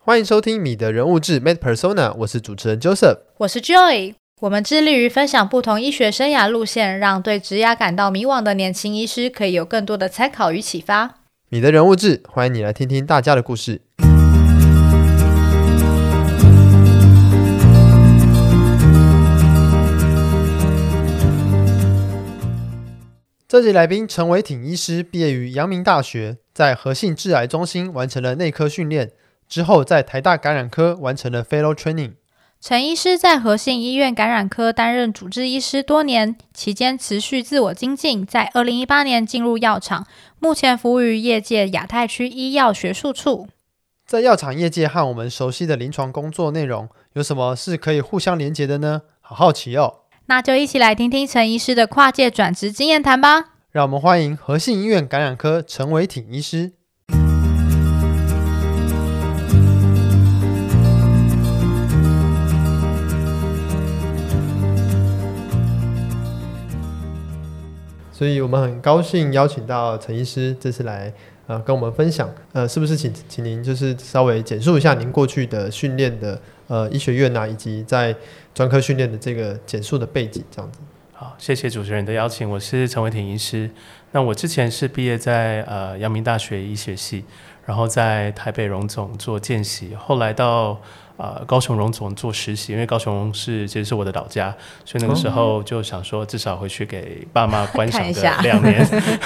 欢迎收听米的人物志 Med Persona， 我是主持人 Joseph， 我是 Joy。我们致力于分享不同医学生涯路线，让对职涯感到迷惘的年轻医师可以有更多的参考与启发。 米的人物志，欢迎你来听听大家的故事。这集来宾陈伟挺医师毕业于阳明大学，在和信致癌中心完成了内科训练，之后在台大感染科完成了 Fellow Training。 陈医师在和信医院感染科担任主治医师多年，期间持续自我精进，在2018年进入药厂，目前服务于业界亚太区医药学术处。 在药厂业界和我们熟悉的临床工作内容，有什么是可以互相连结的呢？好好奇哦。 那就一起来听听陈医师的跨界转职经验谈吧。 让我们欢迎和信医院感染科陈伟挺医师。所以我们很高兴邀请到陈医师这次来跟我们分享，是不是请您就是稍微简述一下您过去的训练的医学院以及在专科训练的这个简述的背景这样子。 好，谢谢主持人的邀请，我是陈伟挺医师。那我之前是毕业在阳明大学医学系，然后在台北荣总做见习，后来到高雄荣总做实习，因为高雄其实是我的老家，所以那个时候就想说至少回去给爸妈观赏个2年。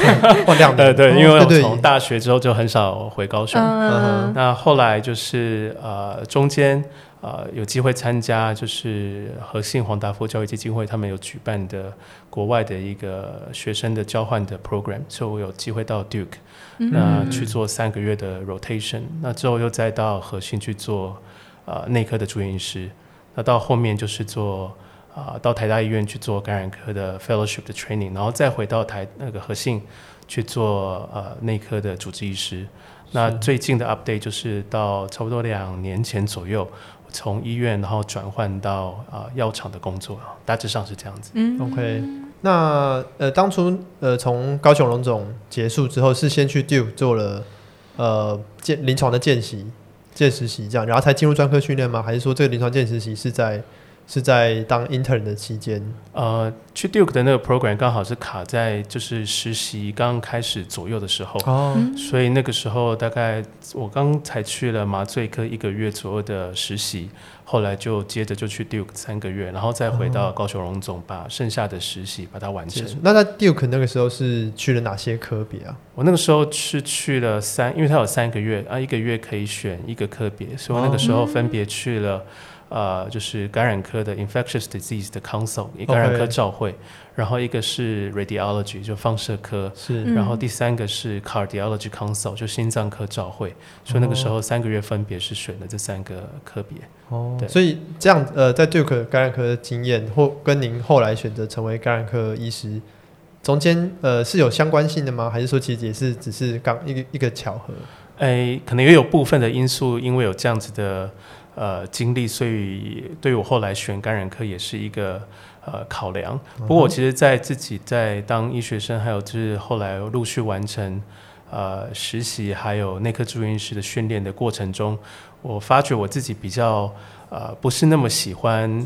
2年对，因为我从大学之后就很少回高雄。那后来就是中间有机会参加就是和信黄达夫教育基金会他们有举办的国外的一个学生的交换的 program， 所以我有机会到 Duke，那去做3个月的 rotation， 那之后又再到和信去做内科的住院医师，那到后面就是做到台大医院去做感染科的 fellowship 的 training， 然后再回到那个和信去做内科的主治医师。那最近的 update 就是到差不多2年前左右，从医院然后转换到药厂的工作，大致上是这样子。 OK， 那当初从高雄荣总结束之后，是先去 Duke 做了临床的见实习这样，然后才进入专科训练吗？还是说这个临床见实习是在当 intern 的期间？ 去 Duke 的那个 program 刚好是卡在就是实习刚开始左右的时候，所以那个时候大概我刚才去了麻醉科1个月左右的实习，后来就接着就去 Duke 3个月，然后再回到高雄荣总把剩下的实习把它完成。 那在 Duke 那个时候是去了哪些科别啊？ 我那个时候是去了因为它有3个月1个月可以选1个科别，所以我那个时候分别去了就是感染科的 infectious disease 的 council， 感染科照会，然后一个是 radiology 就放射科，然后第3个是 cardiology council 就心脏科照会，所以那个时候3个月分别是选了这3个科别。对， 所以这样在 Duke 感染科的经验或跟您后来选择成为感染科医师中间是有相关性的吗？还是说其实也是只是一个巧合？ 可能也有部分的因素，因为有这样子的经历，所以对于我后来选感染科也是一个考量。不过我其实在自己在当医学生，还有就是后来陆续完成实习还有内科住院医师的训练的过程中，我发觉我自己比较不是那么喜欢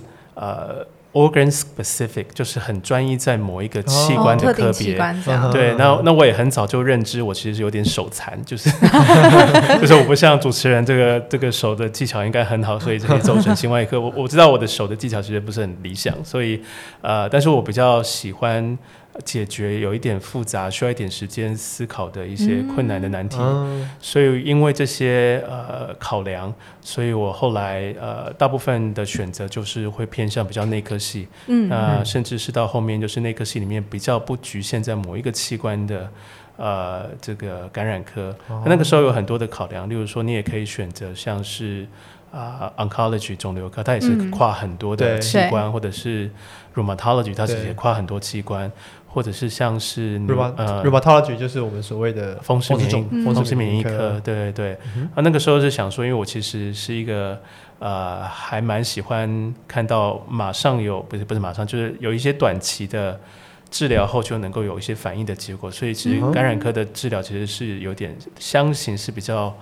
organ specific， 就是很专一在某一个器官的科别。对，那我也很早就认知我其实有点手残，就是就是我不像主持人这个手的技巧应该很好，所以可以走整形外科。我知道我的手的技巧其实不是很理想，所以但是我比较喜欢解决有一点复杂需要一点时间思考的一些困难的难题，所以因为这些考量，所以我后来大部分的选择就是会偏向比较内科系，甚至是到后面就是内科系里面比较不局限在某一个器官的这个感染科，那个时候有很多的考量，例如说你也可以选择像是oncology 肿瘤科，它也是跨很多的器官，或者是 rheumatology 它也跨很多器官，或者是像是 rheumatology 就是我们所谓的风湿免疫科，对对对。那个时候是想说，因为我其实是一个还蛮喜欢看到马上有不是马上，就是有一些短期的治疗后就能够有一些反应的结果，所以其实感染科的治疗其实是有点相形是比较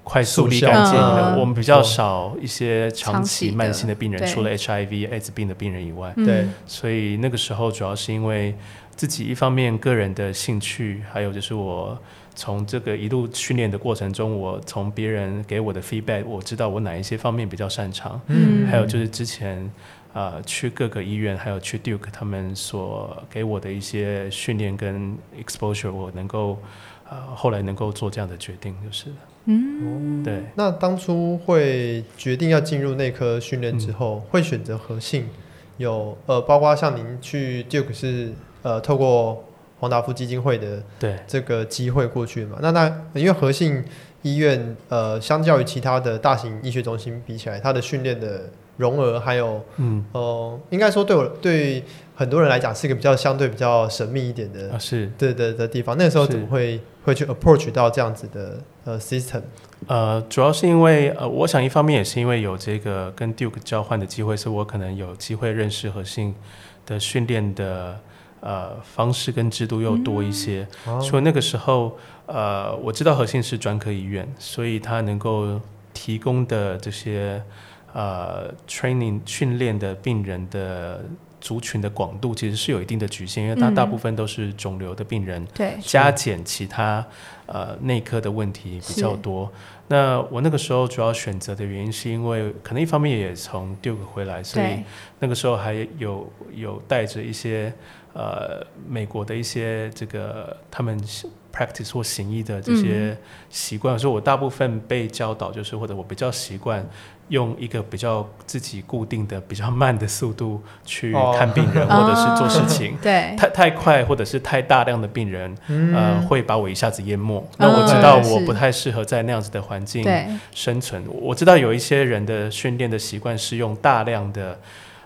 快速立竿见影的，我们比较少一些长期慢性的病人，除了 HIV 艾滋病的病人以外， 对， 所以那个时候主要是因为自己一方面个人的兴趣，还有就是我从这个一路训练的过程中，我从别人给我的 feedback， 我知道我哪一些方面比较擅长，还有就是之前去各个医院，还有去 Duke 他们所给我的一些训练跟 exposure， 我能够后来能够做这样的决定就是了。对。 那当初会决定要进入内科训练之后，会选择和信有包括像您去 Duke 是透过黄达夫基金会的这个机会过去嘛？那因为和信医院相较于其他的大型医学中心比起来，它的训练的容额还有应该说对很多人来讲是一个相对比较神秘一点的是的地方。那个时候怎么会去 approach 到这样子的system？ 主要是因为我想一方面也是因为有这个跟 Duke 交换的机会，是我可能有机会认识和信的训练的方式跟制度又多一些，所以那个时候我知道和信是专科医院，所以他能够提供的这些training 训练的病人的族群的广度其实是有一定的局限，因为它大部分都是肿瘤的病人，加减其他内科的问题比较多。那我那个时候主要选择的原因是因为可能一方面也从 Duke 回来，所以那个时候还有带着一些美国的一些这个他们 practice 或行医的这些习惯，所以我大部分被教导就是或者我比较习惯用一个比较自己固定的比较慢的速度去看病人或者是做事情，太快或者是太大量的病人会把我一下子淹没，那我知道我不太适合在那样子的环境生存。我知道有一些人的训练的习惯是用大量的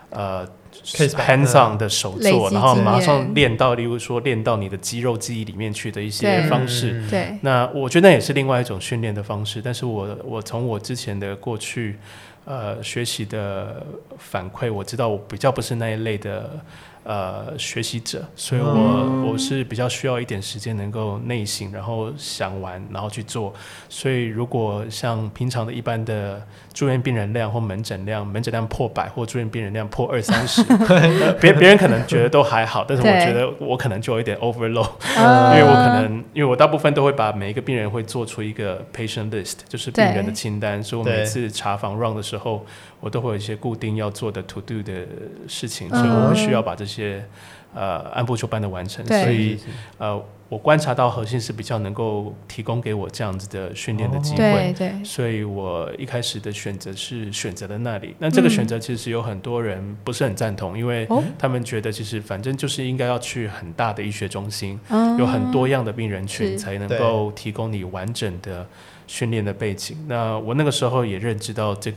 hands on 的手做，然后马上练到例如说练到你的肌肉记忆里面去的一些方式，那我觉得那也是另外一种训练的方式，但是我从我之前的过去学习的反馈，我知道我比较不是那一类的学习者，所以我是比较需要一点时间能够内省，然后想完然后去做。所以如果像平常的一般的住院病人量或门诊量破100或住院病人量破20-30别人可能觉得都还好，但是我觉得我可能就有一点 overload 因为我大部分都会把每一个病人会做出一个 patient list， 就是病人的清单，所以我每次查房 run 的时候我都会有一些固定要做的 to do 的事情，所以我会需要把这些按部就班的完成，所以我观察到和信是比较能够提供给我这样子的训练的机会，所以我一开始的选择是选择了那里。那这个选择其实有很多人不是很赞同，因为他们觉得其实反正就是应该要去很大的医学中心，有很多样的病人群才能够提供你完整的训练的背景。那我那个时候也认知到这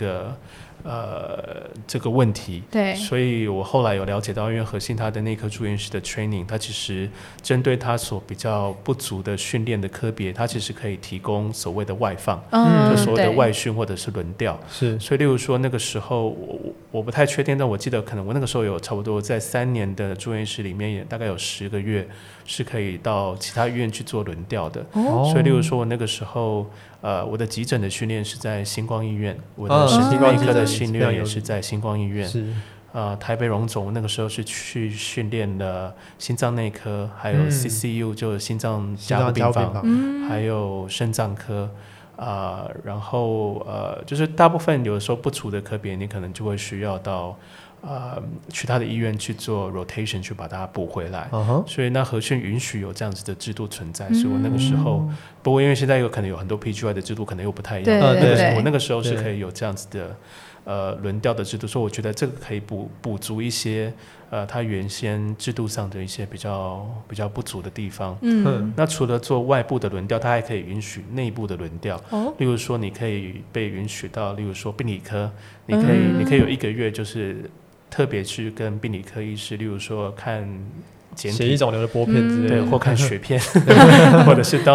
个问题，所以我后来有了解到，因为和信他的内科住院师的 training， 他其实针对他所比较不足的训练的科别，他其实可以提供所谓的外放，就所谓的外训或者是轮调。所以例如说那个时候我不太确定，但我记得可能我那个时候有差不多在3年的住院师里面，也大概有10个月是可以到其他医院去做轮调的。所以例如说我那个时候我的急诊的训练是在星光医院，我的神经内科的训练也是在星光医院，台北荣总那个时候是去训练了心脏内科，还有 CCU 就是心脏加护病房，还有肾脏科，然后就是大部分有的时候不足的科别，你可能就会需要到去他的医院去做 rotation 去把它补回来，所以那和信允许有这样子的制度存在，所以我那个时候不过因为现在有可能有很多 PGY 的制度可能又不太一样，我那个时候是可以有这样子的轮调的制度，所以我觉得这个可以补足一些他原先制度上的一些比较不足的地方。那除了做外部的轮调，他还可以允许内部的轮调，例如说你可以被允许到例如说病理科，你可以有1个月就是特别去跟病理科医师，例如说看简体血液肿瘤的玻片之类的， 对，或看血片或者是到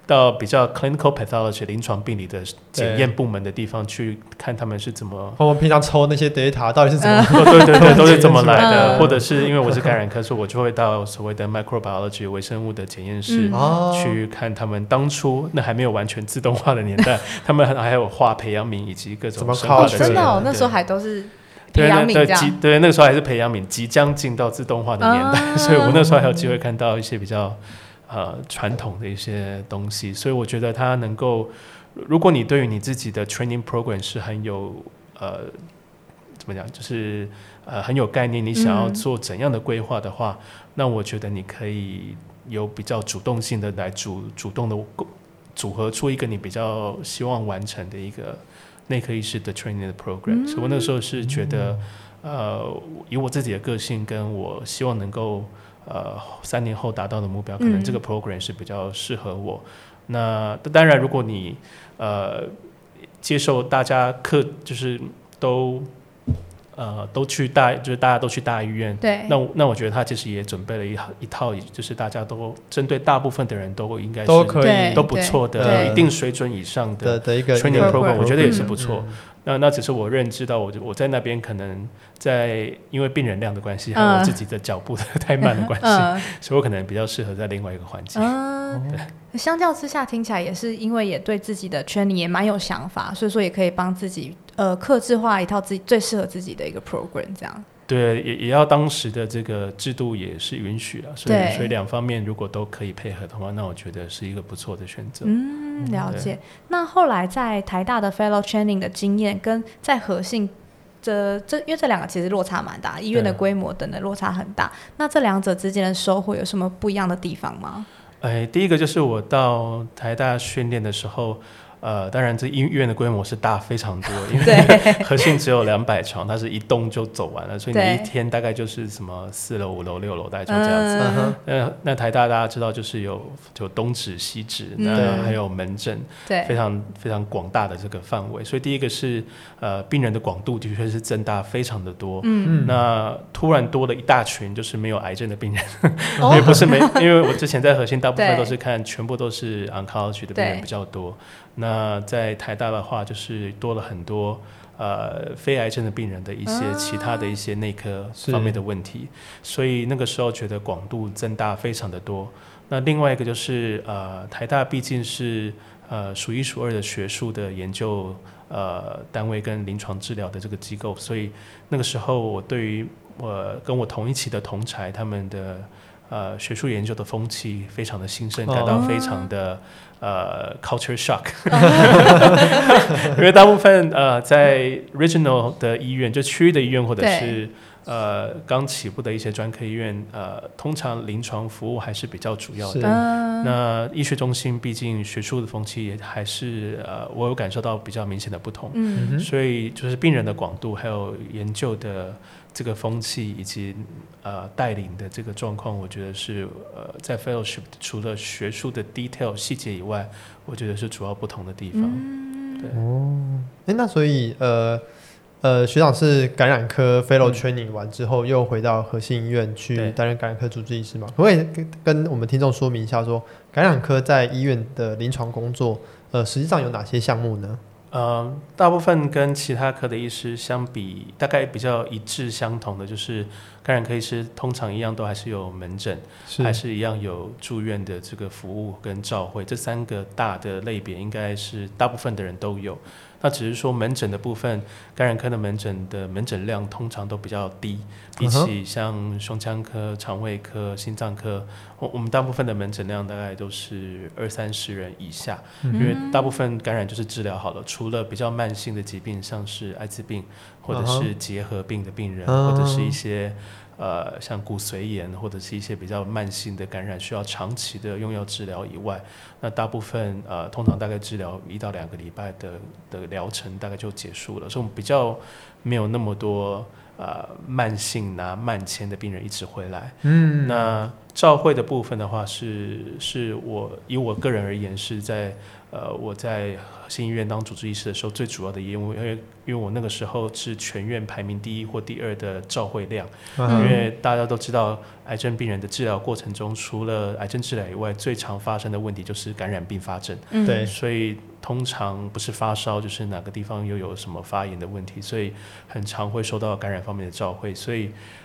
到比较 clinical pathology 临床病理的检验部门的地方去看他们是怎么。 我们平常抽那些 data 到底是怎么？ 对，都是怎么来的？或者是因为我是感染科，所以我就会到所谓的 microbiology 微生物的检验室去看他们当初那还没有完全自动化的年代，他们还有画培养皿以及各种生化的真的那时候还都是。培养皿对，那个时候还是培养皿即将进到自动化的年代，所以我那时候还有机会看到一些比较传统的一些东西，所以我觉得它能够，如果你对于你自己的 training program 是很有怎么讲，就是很有概念，你想要做怎样的规划的话，那我觉得你可以有比较主动性的来主动的组合出一个你比较希望完成的一个内科医师的 training 的 program，所以我那时候是觉得，以我自己的个性跟我希望能够3年后达到的目标，可能这个 program 是比较适合我。那当然，如果你接受大家就是都去就是大家都去大医院， 对， 那我觉得他其实也准备了一套，就是大家都针对大部分的人都应该是都可以都不错的一定水准以上的一个 training program， 我觉得也是不错。那只是我认知到我在那边可能因为病人量的关系，还有我自己的脚步太慢的关系，所以我可能比较适合在另外一个环境。 相较之下听起来也是因为也对自己的training也蛮有想法，所以说也可以帮自己客制化一套自己最适合自己的一个 program 这样。 对，也要当时的这个制度也是允许啊，所以两方面如果都可以配合的话，那我觉得是一个不错的选择。 了解。那后来在台大的 fellow training 的经验跟在和信因为这两个其实落差蛮大，医院的规模等等落差很大，那这两者之间的收获有什么不一样的地方吗？ 第一个就是我到台大训练的时候，当然这医院的规模是大非常多，因为和信只有200床，它是一栋就走完了，所以你一天大概就是什么4楼、5楼、6楼，大概就这样子。那台大大家知道就是有东指、西指，那还有门诊，非常非常广大的这个范围。所以第一个是病人的广度的确是增大非常的多。那突然多了一大群就是没有癌症的病人，也不是因为我之前在和信大部分都是看全部都是 oncology 的病人比较多。那在台大的话，就是多了很多非癌症的病人的一些其他的一些内科方面的问题，所以那个时候觉得广度增大非常的多。那另外一个就是台大毕竟是数一数二的学术的研究单位跟临床治疗的这个机构，所以那个时候我对于跟我同一期的同侪他们的学术研究的风气非常的兴盛，感到非常的culture shock 因为大部分在 regional 的医院，就区域的医院或者是刚起步的一些专科医院，通常临床服务还是比较主要的。那医学中心毕竟学术的风气也还是我有感受到比较明显的不同。所以就是病人的广度，还有研究的这个风气以及带领的这个状况，我觉得是在 fellowship 除了学术的 detail 细节以外，我觉得是主要不同的地方。对。 那所以学长是感染科 fellow training 完之后，又回到和信医院去担任感染科主治医师嘛？可不可以跟我们听众说明一下说感染科在医院的临床工作实际上有哪些项目呢？ 大部分跟其他科的医师相比，大概比较一致相同的就是感染科医师通常一样都还是有门诊，还是一样有住院的这个服务跟照会，这3个大的类别应该是大部分的人都有。那只是说门诊的部分，感染科的门诊量通常都比较低，比起像胸腔科、肠胃科、心脏科，我们大部分的门诊量大概都是20-30人以下，因为大部分感染就是治疗好了，除了比较慢性的疾病，像是艾滋病或者是结核病的病人，或者是一些像骨髓炎或者是一些比较慢性的感染需要长期的用药治疗以外，那大部分通常大概治疗1到2个礼拜的疗程大概就结束了，所以我们比较没有那么多慢性拿慢签的病人一直回来。那照会的部分的话是以我个人而言是在我在核心医院当主治医师的时候最主要的业务，因为我那个时候是全院排名第1或第2的照会量，因为大家都知道癌症病人的治疗过程中，除了癌症治疗以外，最常发生的问题就是感染并发症， 对， 所以通常不是发烧就是哪个地方又有什么发炎的问题，所以很常会收到感染方面的照会，所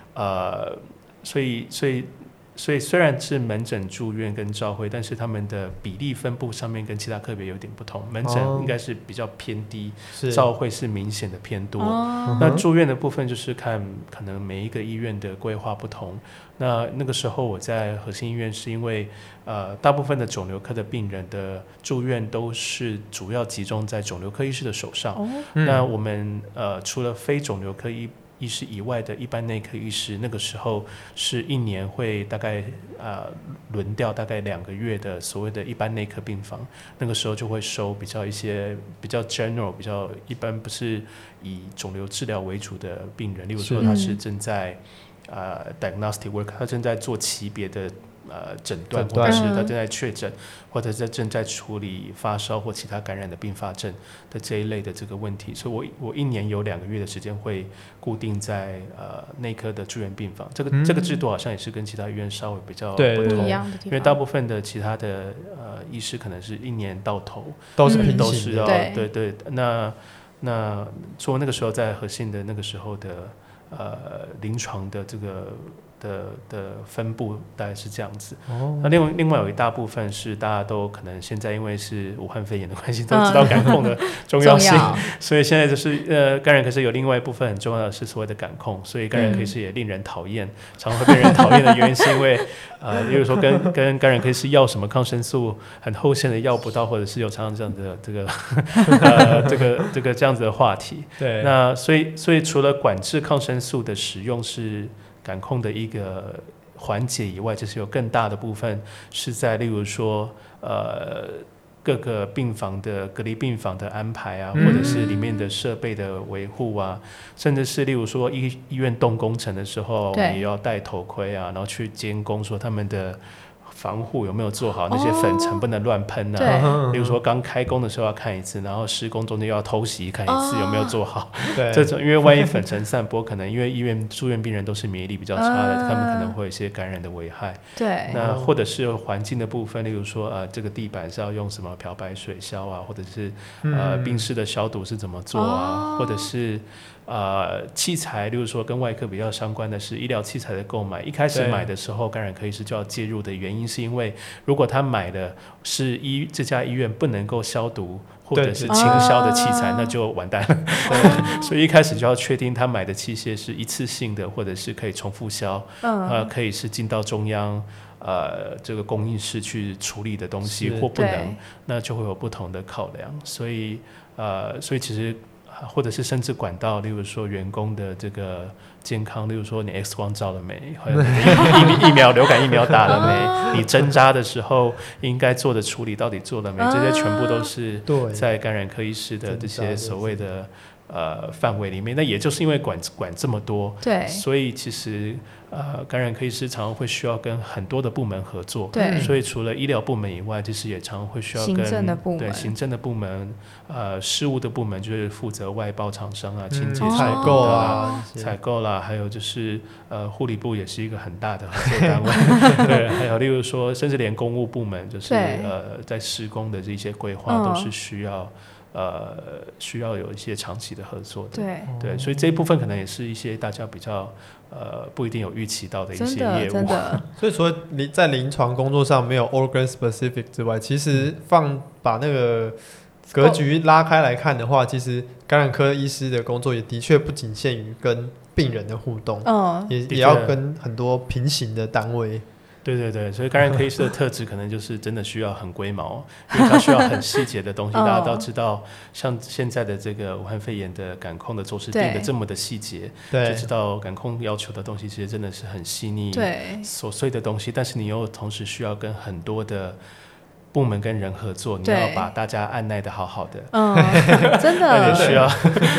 以虽然是门诊住院跟照会，但是他们的比例分布上面跟其他科别有点不同，门诊应该是比较偏低，照会是明显的偏多，那住院的部分就是看可能每一个医院的规划不同，那个时候我在核心医院是因为大部分的肿瘤科的病人的住院都是主要集中在肿瘤科医师的手上，那我们除了非肿瘤科医师以外的一般内科医师，那个时候是1年会大概轮调大概2个月的所谓的一般内科病房，那个时候就会收一些比较 general 比较一般不是以肿瘤治疗为主的病人，例如说他是正在diagnostic work， 他正在做级别的诊断，或者是他正在确诊，或者是正在处理发烧或其他感染的并发症的这一类的这个问题，所以我1年有2个月的时间会固定在内科的住院病房，这个制度好像也是跟其他医院稍微比较不同，因为大部分的其他的医师可能是1年到头都是平行的， 对，那说那个时候在核心的那个时候的临床的这个的分布大概是这样子，那另外有一大部分是大家都可能现在因为是武汉肺炎的关系都知道感控的重要性，所以现在就是感染科室有另外一部分很重要的是所谓的感控，所以感染科室也令人讨厌，常会被人讨厌的原因是因为例如说跟感染科室要什么抗生素很后线的要不到，或者是有常常这样的这个这样子的话题， 对， 那所以除了管制抗生素的使用是感控的一个环节以外，就是有更大的部分是在例如说各个病房的隔离病房的安排啊，或者是里面的设备的维护啊，甚至是例如说医院动工程的时候，我们也要戴头盔啊，然后去监工说他们的防护有没有做好，那些粉尘不能乱喷啊，例如说刚开工的时候要看一次，然后施工中间又要偷袭看一次有没有做好，这种因为万一粉尘散播，可能因为医院住院病人都是免疫力比较差的，他们可能会有一些感染的危害， 对， 那或者是环境的部分，例如说这个地板是要用什么漂白水消啊，或者是病室的消毒是怎么做啊，或者是器材，例如说跟外科比较相关的是医疗器材的购买，一开始买的时候感染科医师就要介入的原因是因为如果他买的是这家医院不能够消毒或者是清消的器材，那就完蛋了所以一开始就要确定他买的器械是一次性的，或者是可以重复消，可以是进到中央这个供应室去处理的东西或不能，那就会有不同的考量，所以其实或者是甚至管到例如说员工的这个健康，例如说你 X 光照了没，流感疫苗打了没你针扎的时候应该做的处理到底做了没，这些全部都是在感染科医师的这些所谓的范围里面，那也就是因为管这么多， 对， 所以其实感染科医师常常会需要跟很多的部门合作， 对， 所以除了医疗部门以外，其实也常常会需要跟行政的部门， 对，行政的部门事务的部门就是负责外包厂商啊、清洁采购啊、 采购啦，还有就是护理部也是一个很大的合作单位对，还有例如说甚至连公务部门就是在施工的这些规划都是需要有一些长期的合作的，对，所以这一部分可能也是一些大家比较不一定有预期到的一些业务， 真的所以除了在临床工作上没有 organ specific 之外，其实把那个格局拉开来看的话，其实感染科医师的工作也的确不仅限于跟病人的互动，也要跟很多平行的单位。 对，所以感染科医师的特质可能就是真的需要很龟毛，因为他需要很细节的东西大家都知道，像现在的这个武汉肺炎的感控的措施定的这么的细节，就知道感控要求的东西其实真的是很细腻琐碎的东西，但是你又同时需要跟很多的部门跟人合作，你要把大家按捺的好好的， 真的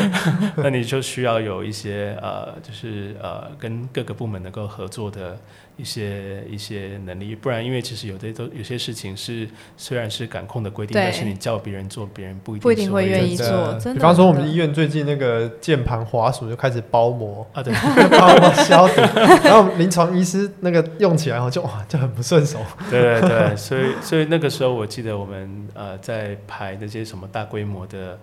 那你就需要有一些就是跟各个部门能够合作的一些能力，不然因为其实有些事情是虽然是感控的规定，但是你叫别人做，别人不一定会愿意做。真的， 比方说我们医院最近那个键盘滑鼠就开始包膜啊，对， 包膜消毒，然后临床医师那个用起来就很不顺手。 对对对，所以那个时候我记得我们在排那些什么大规模的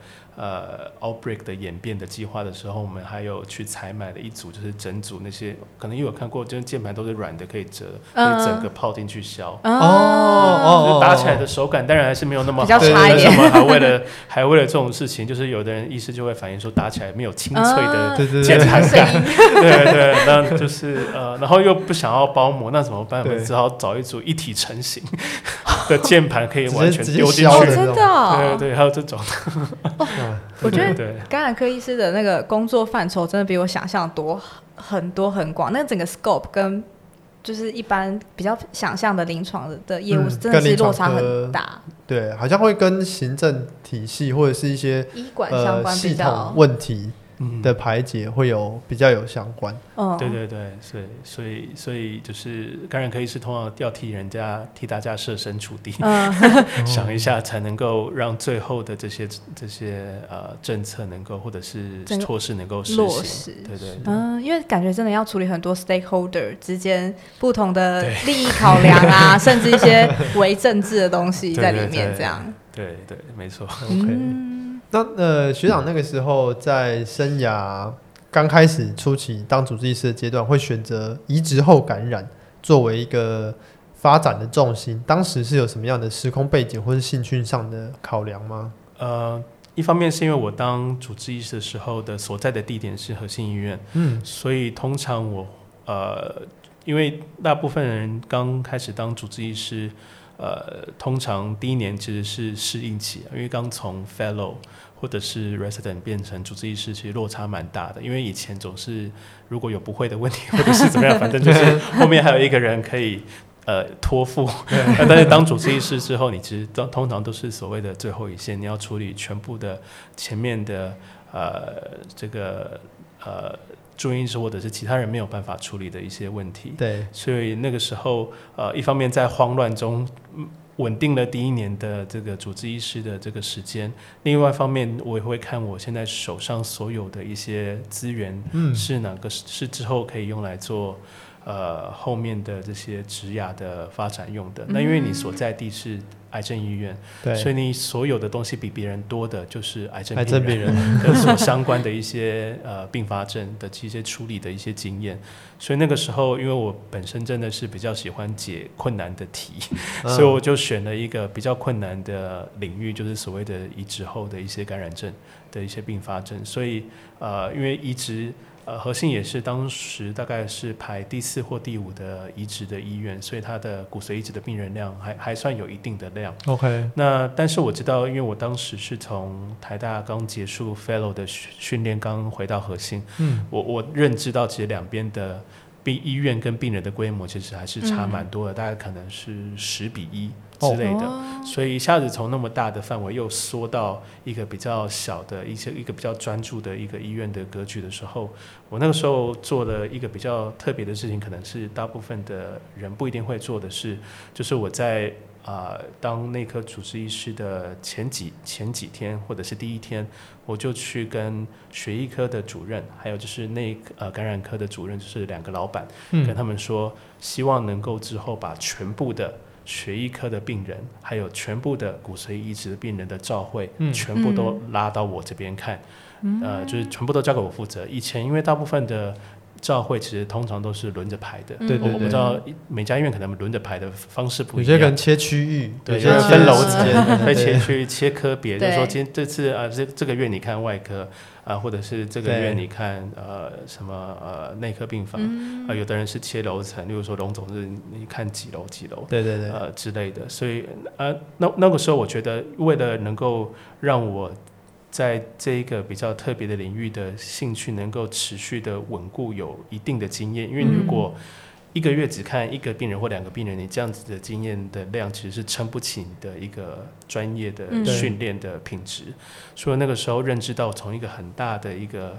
outbreak 的演变的计划的时候，我们还有去采买了一组，就是整组那些可能有看过，就是键盘都是软的，可以折，可以整个泡进去削。就是打起来的手感当然还是没有那么好， 比较差一点。 我们还为了这种事情，就是有的人医师就会反映说打起来没有清脆的键盘感，对对，那就是然后又不想要包膜，那怎么办？我们只好找一组一体成型的键盘，可以完全丢进去。 真的哦， 对对，还有这种。 我觉得感染科医师的那个工作范畴真的比我想象多很多很广，那整个 scope 跟就是一般比较想象的临床的业务真的是落差很大。 对，好像会跟行政体系或者是一些医管相关系统问题的排解会比较有相关。 对对对，所以就是感染科医师通常要替大家设身处地，想一下才能够让最后的这些政策能够或者是措施能够落实。对对， 因为感觉真的要处理很多 stakeholder 之间不同的利益考量啊，甚至一些伪政治的东西在里面，这样。 对对，没错。 那学长那个时候在生涯刚开始初期当主治医师的阶段，会选择移植后感染作为一个发展的重心，当时是有什么样的时空背景或是兴趣上的考量吗？ 一方面是因为我当主治医师的时候的所在的地点是和信医院，所以通常我因为大部分人刚开始当主治医师，通常第一年其实是适应期，因为刚从 fellow 或者是 resident 变成主治医师，其实落差蛮大的。因为以前总是如果有不会的问题或者是怎么样，反正就是后面还有一个人可以托付。但是当主治医师之后，你其实通常都是所谓的最后一线，你要处理全部的前面的这个住院医师或者是其他人没有办法处理的一些问题。 对， 所以那个时候一方面在慌乱中稳定了第一年的这个主治医师的这个时间，另外一方面我也会看我现在手上所有的一些资源是哪个是之后可以用来做后面的这些职涯的发展用的。那因为你所在地是癌症医院，所以你所有的东西比别人多的就是癌症病人跟所相关的一些并发症的一些处理的一些经验。所以那个时候因为我本身真的是比较喜欢解困难的题，所以我就选了一个比较困难的领域，就是所谓的移植后的一些感染症的一些并发症。所以因为移植和信也是当时大概是排第4或第5的移植的医院，所以它的骨髓移植的病人量还算有一定的量。 OK， 那但是我知道，因为我当时是从台大刚结束 Fellow 的训练，刚回到和信，我认知到其实两边的医院跟病人的规模其实还是差蛮多的，大概可能是10:1之类的，所以一下子从那么大的范围又缩到一个比较小的一个比较专注的一个医院的格局的时候，我那个时候做了一个比较特别的事情，可能是大部分的人不一定会做的事，就是我在当内科主治医师的前几天或者是第一天，我就去跟血液科的主任，还有就是感染科的主任，就是2个老板，跟他们说，希望能够之后把全部的血液科的病人，还有全部的骨髓移植的病人的照会，全部都拉到我这边看，就是全部都交给我负责。以前因为大部分的照会其实通常都是轮着排的，我不知道每家医院可能轮着排的方式不一样， 有些可能切区域， 对，有些分楼层，会切区域、切科别，就是说这次这个月你看外科或者是这个月你看什么内科病房，有的人是切楼层，例如说龙总是你看几楼，对之类的，所以那个时候我觉得为了能够让我在这一个比较特别的领域的兴趣能够持续的稳固，有一定的经验，因为如果1个月只看1个病人或2个病人，你这样子的经验的量其实是撑不起你的一个专业的训练的品质，所以那个时候认知到从一个很大的一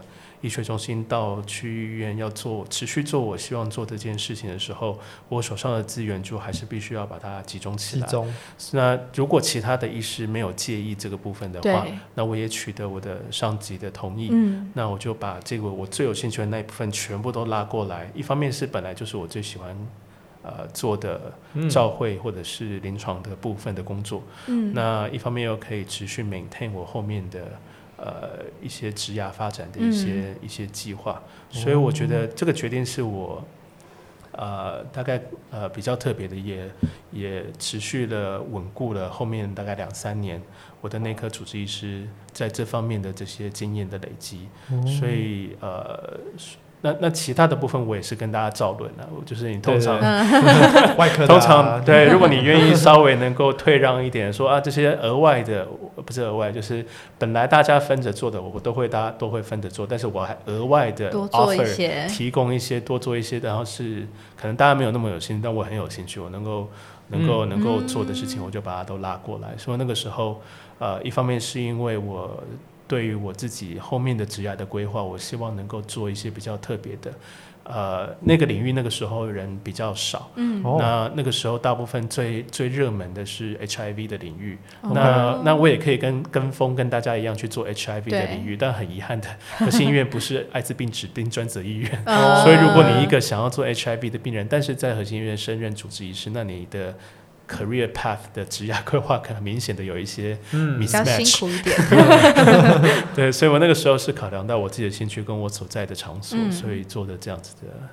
医学中心到区医院要持续做我希望做这件事情的时候，我手上的资源就还是必须要把它集中起来。那如果其他的医师没有介意这个部分的话，那我也取得我的上级的同意，那我就把这个我最有兴趣的那一部分全部都拉过来。一方面是本来就是我最喜欢做的照会或者是临床的部分的工作，那一方面又可以持续 maintain 我后面的一些职涯发展的一些计划，所以我觉得这个决定是我大概比较特别的，也持续了稳固了后面大概2-3年我的内科主治医师在这方面的这些经验的累积，所以那其他的部分我也是跟大家照论了，就是你通常外科的通常对，如果你愿意稍微能够退让一点，说这些额外的不是额外，就是本来大家分着做的，大家都会分着做，但是我还额外的 offer 提供一些多做一些，然后是可能大家没有那么有兴趣，但我很有兴趣，我能够做的事情，我就把它都拉过来。所以那个时候一方面是因为我对于我自己后面的职业的规划，我希望能够做一些比较特别的，那个领域那个时候人比较少，那个时候大部分最热门的是 HIV 的领域，那我也可以跟风跟大家一样去做 HIV 的领域，但很遗憾的，核心医院不是艾滋病指定专责医院，所以如果你一个想要做 HIV 的病人，但是在核心医院升任主治医师，那你的career path 的职业规划可能明显的有一些 mismatch， 比较辛苦一点。 对，所以我那个时候是考量到我自己的兴趣跟我所在的场所，所以做的这样子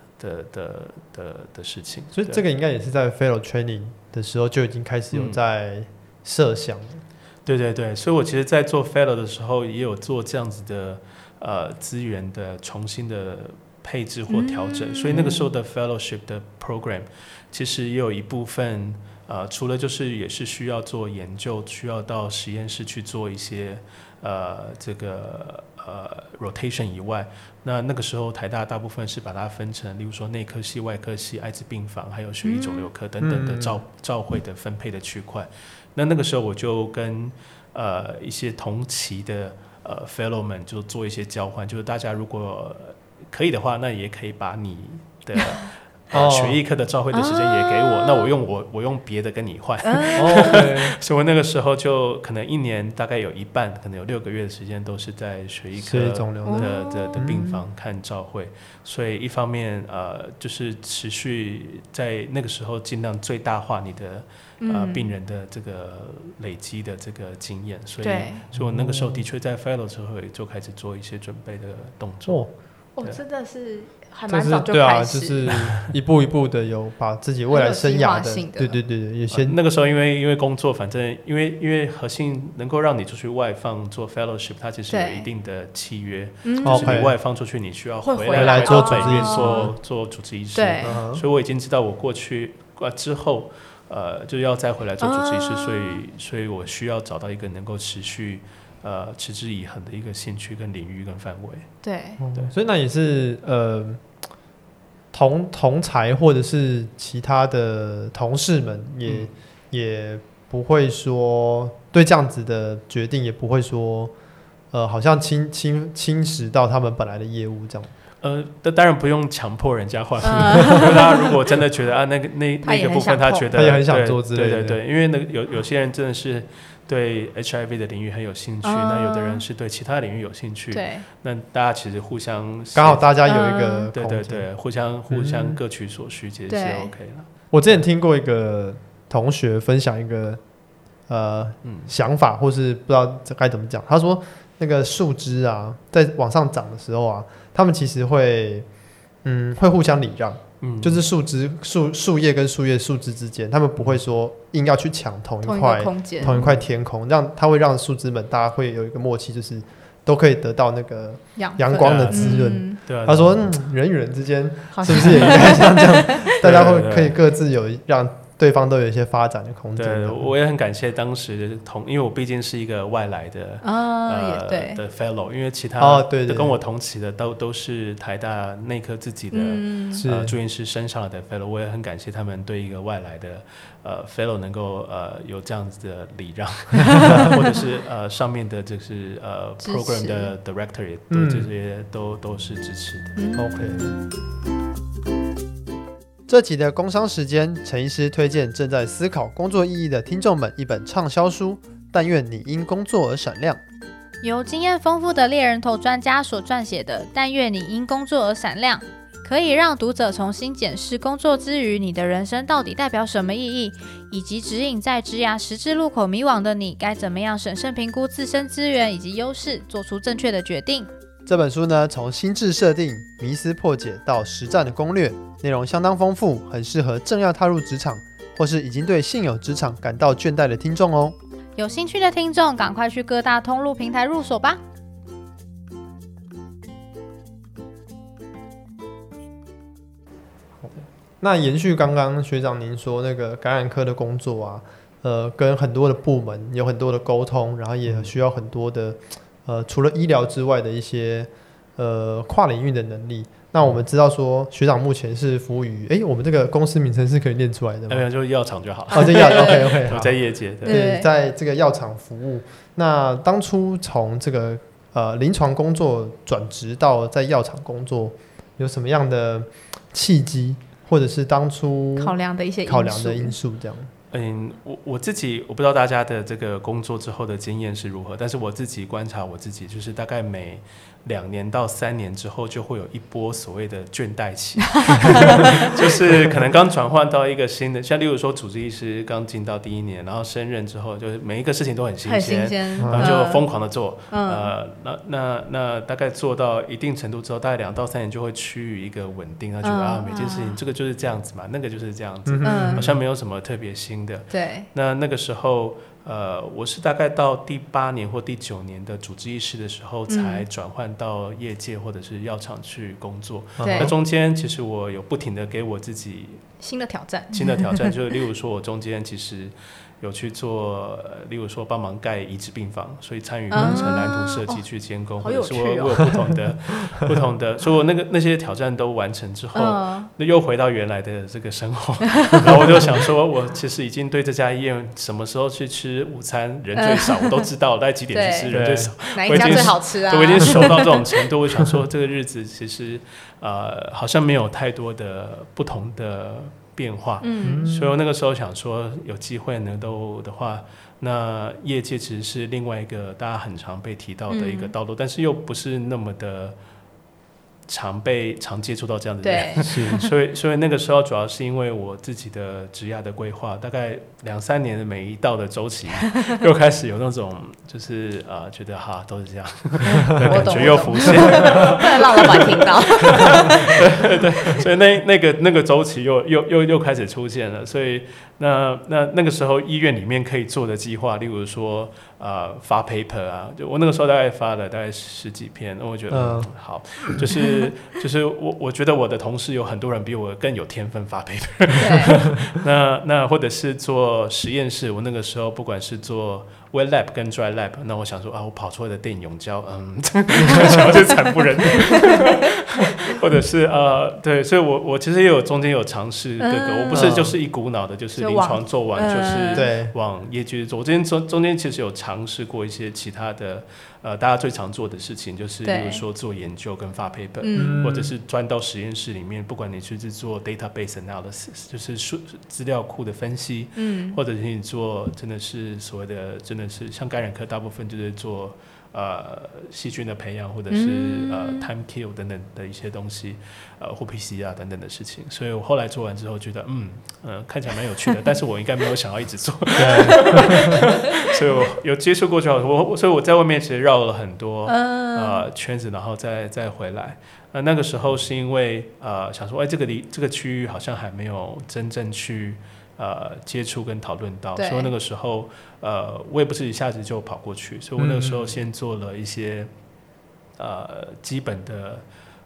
的事情。 所以这个应该也是在 fellow training 的时候就已经开始有在设想了。 对对对，所以我其实在做 fellow 的时候也有做这样子的资源的重新的配置或调整，所以那个时候的 fellowship 的 program 其实也有一部分除了就是也是需要做研究，需要到实验室去做一些这个rotation 以外，那个时候台大大部分是把它分成，例如说内科系、外科系、艾滋病房，还有血液肿瘤科等等的照会的分配的区块。那个时候我就跟一些同期的fellow 们就做一些交换，就是大家如果可以的话，那也可以把你的血液科的照会的时间也给我，那我用别的跟你换，所以我那个时候就可能1年大概有一半，可能有6个月的时间都是在血液科的病房看照会，所以一方面就是持续在那个时候尽量最大化你的病人的这个累积的这个经验，所以我那个时候的确在 fellow 之后就开始做一些准备的动作。 真的是还蛮早就开始， 就是一步一步的有把自己未来生涯的，对，有些那个时候因为工作，反正因为核心能够让你出去外放做 fellowship， 它其实有一定的契约，就是你外放出去，你需要回来做主治医师，做主治医师，所以我已经知道我过去之后就要再回来做主治医师，所以我需要找到一个能够持之以恒的一个兴趣跟领域跟范围。 对， 所以那也是同才或者是其他的同事们也不会说对这样子的决定也不会说好像侵蚀到他们本来的业务这样。 当然不用强迫人家换，他如果真的觉得那个部分他觉得他也很想做之类的， 对，因为有些人真的是对 HIV 的领域很有兴趣，那有的人是对其他领域有兴趣， 对， 那大家其实互相刚好大家有一个对，互相各取所需，其实是 OK 了。 我之前听过一个同学分享一个想法，或是不知道该怎么讲，他说那个树枝啊在往上长的时候啊，他们其实会互相礼让，就是树叶跟树枝之间，他们不会说硬要去抢同一块天空，它会让树枝们大家会有一个默契，就是都可以得到那个阳光的滋润。他说人与人之间是不是也应该像这样，大家可以各自有让对方都有一些发展的空间。 对，我也很感谢当时因为我毕竟是一个外来的的 fellow， 因为其他对跟我同期的都是台大内科自己的住院师升上来的 fellow， 我也很感谢他们对一个外来的fellow 能够有这样子的礼让，或者是上面的就是 program 的 director 也都这些都是支持的。 OK。这集的工商时间，陈医师推荐正在思考工作意义的听众们一本畅销书《但愿你因工作而闪亮》。 由经验丰富的猎人头专家所撰写的《但愿你因工作而闪亮》，可以让读者重新检视工作之余你的人生到底代表什么意义，以及指引在职涯十字路口迷惘的你该怎么样审慎评估自身资源以及优势，做出正确的决定。 这本书呢，从心智设定、迷思破解到实战的攻略，内容相当丰富，很适合正要踏入职场或是已经对现有职场感到倦怠的听众哦。 有兴趣的听众赶快去各大通路平台入手吧。 那延续刚刚学长您说那个感染科的工作啊，跟很多的部门有很多的沟通，然后也需要很多的除了医疗之外的一些跨领域的能力。那我们知道说学长目前是服务于我们这个公司名称是可以念出来的吗？ 没有，就药厂就好。 这药OK， 我在业界， 对，在这个药厂服务。那当初从这个临床工作转职到在药厂工作，有什么样的契机，或者是当初考量的一些因素这样？ 我自己我不知道大家的这个工作之后的经验是如何，但是我自己观察我自己，就是大概每2年到3年之后就会有一波所谓的倦怠期，就是可能刚转换到一个新的，像例如说主治医师刚进到第1年，然后升任之后，就是每一个事情都很新鲜，然后就疯狂的做，那大概做到一定程度之后，大概2到3年就会趋于一个稳定，他觉得每件事情这个就是这样子嘛，那个就是这样子，好像没有什么特别新的。 对， 那个时候我是大概到第8年或第9年的主治医师的时候，才转换到业界或者是药厂去工作。那中间其实我有不停的给我自己新的挑战， 就是例如说我中間其實有去做，例如说帮忙盖移植病房，所以参与工程蓝图设计去监工，或者是我有不同的，所以我那些挑战都完成之后，那又回到原来的这个生活，然后我就想说，我其实已经对这家医院什么时候去吃午餐人最少我都知道，大概几点去吃人最少， 哪一家最好吃啊？ 我已经熟到这种程度，我想说这个日子其实好像没有太多的不同的变化，所以我那个时候想说，有机会能够的话，那业界其实是另外一个大家很常被提到的一个道路，但是又不是那么的常接触到这样的人，所以那个时候主要是因为我自己的职涯的规划，大概2、3年的每一道的周期，又开始有那种就是觉得都是这样的感觉又浮现， 不能让老板听到。 对，所以那个周期又开始出现了，所以那个时候医院里面可以做的计划，例如说发 paper 啊，就我那个时候大概发了大概10几篇，我觉得好，就是我觉得我的同事有很多人比我更有天分发 paper， 那或者是做实验室，我那个时候不管是做wet lab 跟 dry lab， 那我想说我跑出来的电永胶，想要就惨不忍睹，或者是对，所以我其实也有中间有尝试这个，我不是就是一股脑的，就是临床做完就是往业界做，我中间其实有尝试过一些其他的大家最常做的事情，就是比如说做研究跟发 paper，或者是钻到实验室里面，不管你是做 database analysis， 就是资料库的分析，或者是你做真的是所谓的真的是像感染科大部分就是做细菌的培养，或者是time kill 等等的一些东西，或 PCR 等等的事情。所以我后来做完之后觉得看起来蛮有趣的，但是我应该没有想要一直做，所以我有接触过就好。所以我在外面其实绕了很多圈子，然后再回来。那个时候是因为想说，这个区域好像还没有真正去接触跟讨论到，所以那个时候我也不是一下子就跑过去，所以我那个时候先做了一些基本的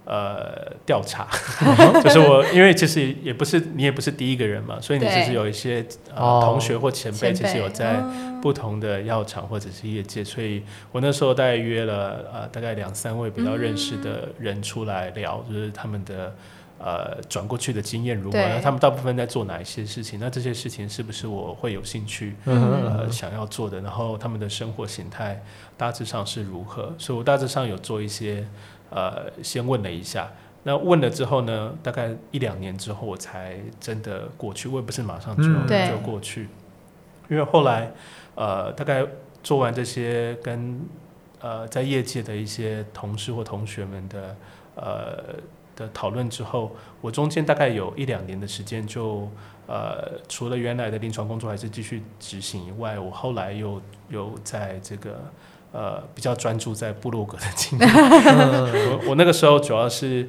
调查，就是因为其实你也不是第一个人嘛，所以你其实有一些同学或前辈，其实有在不同的药厂或者是业界，所以我那时候大概约了大概2-3位比较认识的人出来聊，就是他们的转过去的经验如何，那他们大部分在做哪一些事情，那这些事情是不是我会有兴趣想要做的，然后他们的生活形态大致上是如何，所以我大致上有做一些先问了一下，那问了之后呢，大概1-2年之后我才真的过去，我也不是马上就过去，因为后来大概做完这些跟在业界的一些同事或同学们的讨论之后，我中间大概有1-2年的时间就除了原来的临床工作还是继续执行以外，我后来又在这个比较专注在部落格的经营。我那个时候主要是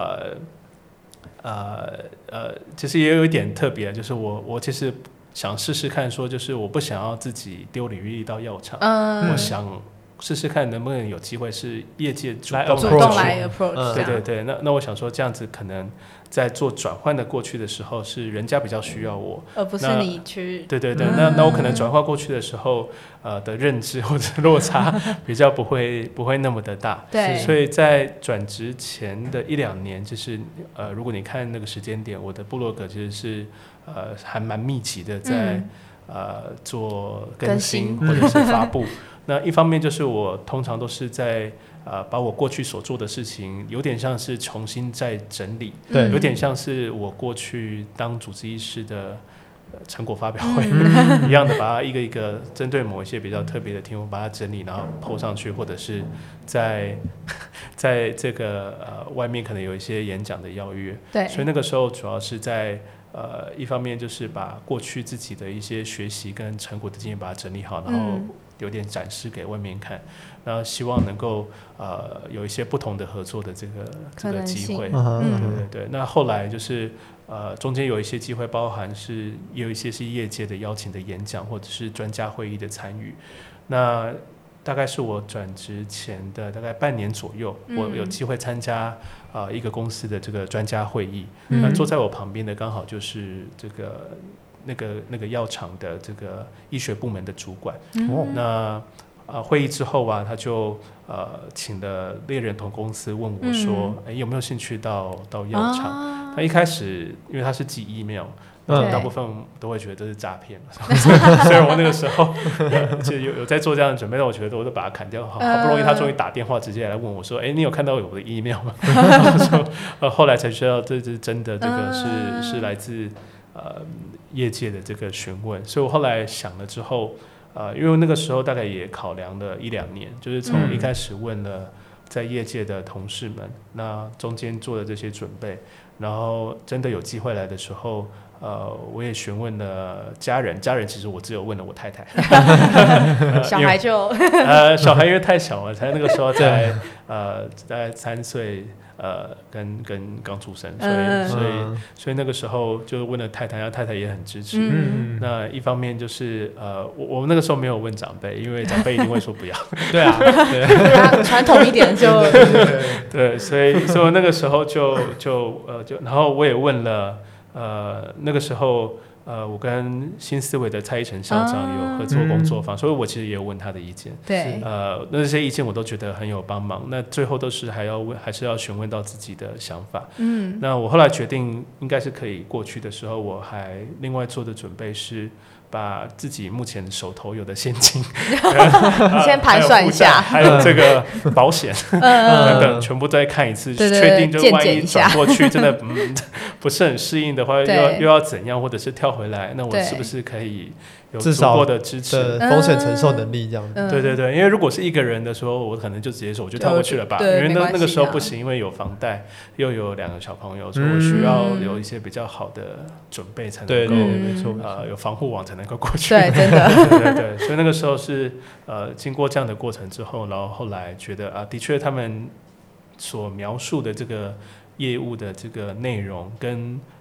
其实也有一点特别，就是我其实想试试看，说就是我不想要自己丢履历到药厂，我想试试看能不能有机会是业界主动来 approach，对对对，那我想说这样子可能在做转换的过去的时候，是人家比较需要我， 而不是你去。 对对对，那我可能转换过去的时候，的认知或者落差比较不会那么的大。 对， 所以在转职前的1-2年，就是如果你看那个时间点，我的部落格其实是还蛮密集的在做更新或者是发布。那一方面就是我通常都是在把我过去所做的事情有点像是重新再整理，对，有点像是我过去当主治医师的成果发表会一样的，把它一个一个针对某一些比较特别的题目把它整理，然后 po 上去，或者是在这个外面可能有一些演讲的邀约，对，所以那个时候主要是在一方面就是把过去自己的一些学习跟成果的经验把它整理好，然后有点展示给外面看，然后希望能够有一些不同的合作的这个机会，对对对。那后来就是中间有一些机会，包含是也有一些是业界的邀请的演讲，或者是专家会议的参与。那大概是我转职前的大概半年左右，我有机会参加一个公司的这个专家会议，那坐在我旁边的刚好就是这个那个药厂的这个医学部门的主管。那会议之后啊，他就请了猎人头公司问我说，有没有兴趣到药厂？他一开始因为他是寄 email。大部分都会觉得这是诈骗，所以我那个时候就有在做这样的准备，但我觉得我都把它砍掉，好不容易他终于打电话直接来问我说：“你有看到我的 email 吗？”后来才知道这是真的，这个是来自业界的这个询问，所以我后来想了之后，因为那个时候大概也考量了1-2年，就是从一开始问了在业界的同事们，那中间做了这些准备，然后真的有机会来的时候。我也询问了家人其实我只有问了我太太， 小孩就小孩因为太小了，才那个时候才大概3岁，跟刚出生，所以那个时候就问了太太，然后太太也很支持。那一方面就是我那个时候没有问长辈，因为长辈一定会说不要。对啊， 传统一点就对，所以我那个时候就然后我也问了。那个时候，我跟新思维的蔡一成校长有合作工作坊，所以我其实也有问他的意见。对，那些意见我都觉得很有帮忙。那最后都是还是要询问到自己的想法。那我后来决定应该是可以过去的时候，我还另外做的准备是。把自己目前手头有的现金先盘算一下， 还有这个保险等等，全部再看一次，确定就万一转过去真的不是很适应的话，又要怎样，或者是跳回来，那我是不是可以有足够的支持， 风险承受能力这样子？ 对对对，因为如果是一个人的时候，我可能就直接说我就跳过去了吧，因为那个时候不行，因为有房贷，又有2个小朋友，所以我需要有一些比较好的准备才能够， 没错， 有防护网才能够过去。 对，真的， 对对，所以那个时候是经过这样的过程之后，然后后来觉得的确他们所描述的这个业务的这个内容跟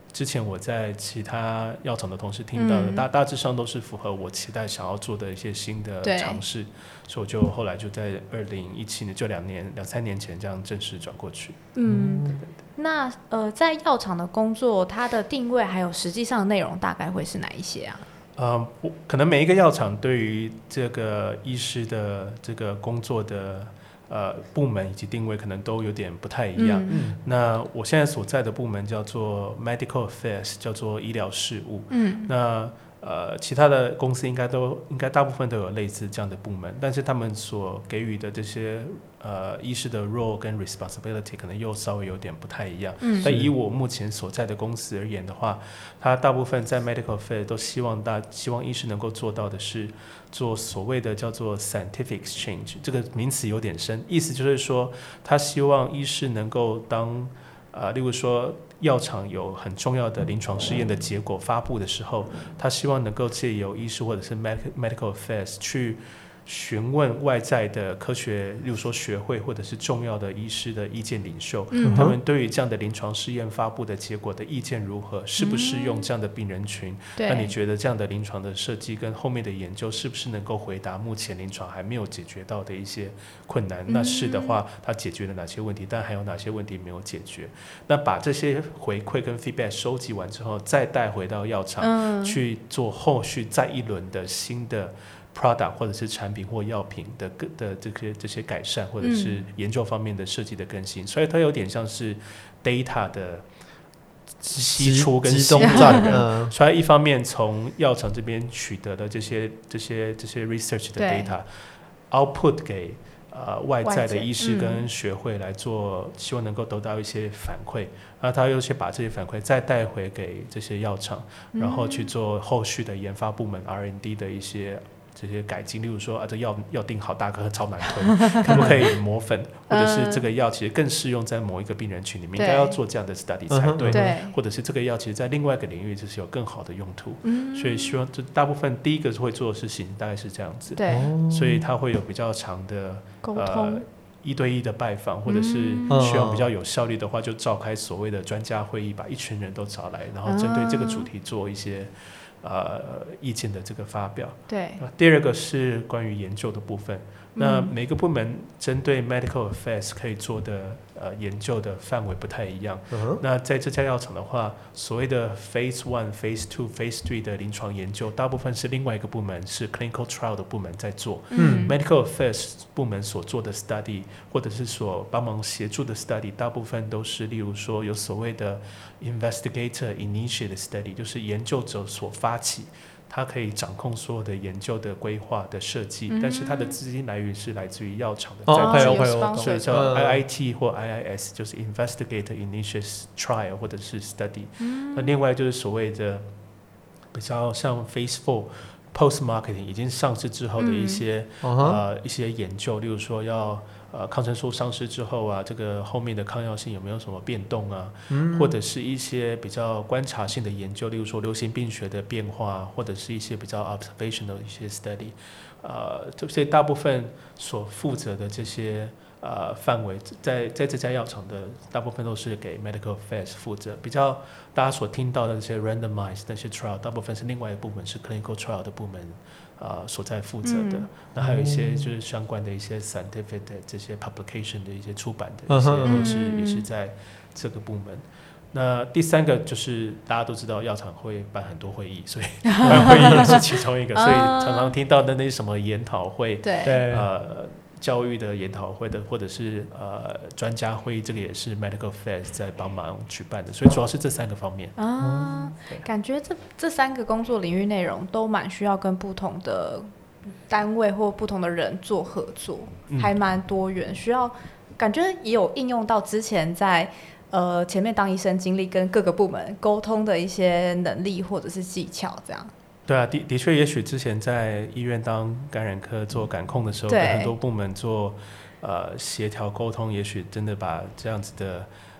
之前我在其他药厂的同事听到的，大致上都是符合我期待想要做的一些新的尝试，所以我就后来就在2017年，就2-3年前这样正式转过去。 那在药厂的工作，它的定位还有实际上的内容大概会是哪一些啊？ 可能每一个药厂对于这个医师的这个工作的部门以及定位可能都有点不太一样。那我现在所在的部门叫做 Medical Affairs， 叫做医疗事务。那其他的公司应该大部分都有类似这样的部门，但是他们所给予的这些医师的 role 跟 responsibility 可能又稍微有点不太一样。但以我目前所在的公司而言的话，他大部分在 medical affairs 都希望医师能够做到的是做所谓的叫做 scientific exchange， 这个名词有点深，意思就是说他希望医师能够当例如说药厂有很重要的临床试验的结果发布的时候，他希望能够借由医师或者是 medical affairs 去询问外在的科学，例如说学会或者是重要的医师的意见领袖，他们对于这样的临床试验发布的结果的意见如何，适不适用这样的病人群，那你觉得这样的临床的设计跟后面的研究是不是能够回答目前临床还没有解决到的一些困难，那是的话它解决了哪些问题，但还有哪些问题没有解决，那把这些回馈跟 feedback 收集完之后再带回到药厂去做后续再一轮的新的product 或者是产品或药品的这些改善，或者是研究方面的设计的更新，所以它有点像是 data 的吸出跟集中站，所以一方面从药厂这边取得的这些 research 的 data output 给外在的医师跟学会来做，希望能够得到一些反馈，然后他又去把这些反馈再带回给这些药厂，然后去做后续的研发部门 R&D 的一些这些改进，例如说这药定好大颗超难吞，可不可以磨粉，或者是这个药其实更适用在某一个病人群里面，应该要做这样的 study 才对，或者是这个药其实在另外一个领域就是有更好的用途，所以希望这大部分第一个会做的事情大概是这样子，所以他会有比较长的沟通。 1对1的拜访，或者是需要比较有效率的话，就召开所谓的专家会议，把一群人都找来，然后针对这个主题做一些意见的这个发表。 对。 第二个是关于研究的部分，那每个部门针对 medical affairs 可以做的研究的范围不太一样。那在这家药厂的话，所谓的 Phase 1、Phase 2、Phase 3的临床研究，大部分是另外一个部门是 clinical trial 的部门在做。medical affairs 部门所做的 study 或者是所帮忙协助的 study， 大部分都是例如说有所谓的 investigator initiated study， 就是研究者所发起，他可以掌控所有的研究的规划的设计，但是他的资金来源是来自于药厂的赞助，所以叫 IIT 或 IIS， 就是 Investigator Initiated Trial 或者是 Study。那另外就是所谓的比较像 Phase 4 Post Marketing 已经上市之后的一些研究，例如说要抗生素上市之后啊，这个后面的抗药性有没有什么变动啊？或者是一些比较观察性的研究，例如说流行病学的变化，或者是一些比较 observational 的一些 study，这些大部分所负责的这些范围，在这家药厂的大部分都是给 medical affairs 负责，比较大家所听到的这些 randomized 那些 trial， 大部分是另外一部门是 clinical trial 的部门。所在负责的，那还有一些就是相关的一些 scientific 的这些 publication 的一些出版的一些，也是在这个部门。那第三个就是大家都知道药厂会办很多会议，所以办会议也是其中一个，所以常常听到的那些什么研讨会，教育的研讨会的，或者是专家会议，这个也是 medical affairs 在帮忙举办的，所以主要是这3个方面感觉这3个工作领域内容都蛮需要跟不同的单位或不同的人做合作，还蛮多元，需要感觉也有应用到之前在前面当医生经历跟各个部门沟通的一些能力或者是技巧这样。 对啊，的确，也许之前在医院当感染科做感控的时候，跟很多部门做协调沟通，也许真的把这样子的